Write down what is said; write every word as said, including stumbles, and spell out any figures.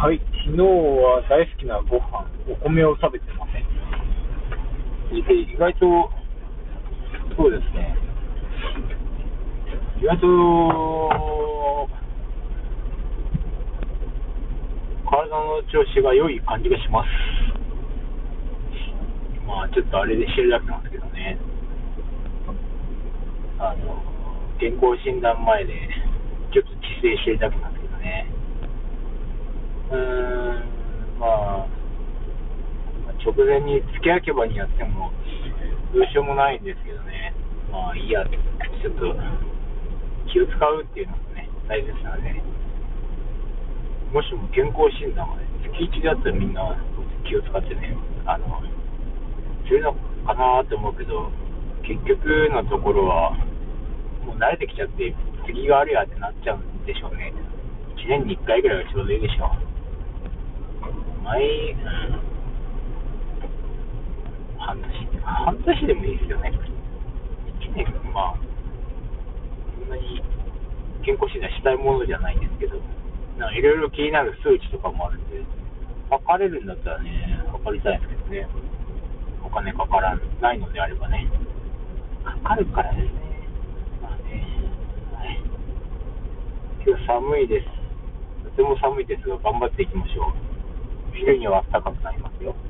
はい、昨日は大好きなご飯、お米を食べてません。で、意外と、そうですね、意外と、体の調子が良い感じがします。まあ、ちょっとあれで知るだけなんですけどね。あの、健康診断前で、ちょっと自制してるだけなんですけどね。うーん、まあ、直前に付け焼け場にやっても、どうしようもないんですけどね。まあ、いいや、ちょっと、気を使うっていうのもね、大切なので、もしも健康診断がね、月いちだったらみんな気を使ってね、あの、するのかなと思うけど、結局のところは、もう慣れてきちゃって、次があるやってなっちゃうんでしょうね。いちねんにいっかいぐらいはちょうどいいでしょう。毎、半年、半年でもいいですよね。いちねん、まあ、そんなに健康診断したいものじゃないんですけど、なんかいろいろ気になる数値とかもあるんで、測れるんだったらね、測りたいんですけどね、お金かからないのであればね、かかるからですね、まあね、はい、今日寒いです、とても寒いですが、頑張っていきましょう。昼には暖かくなりますよ。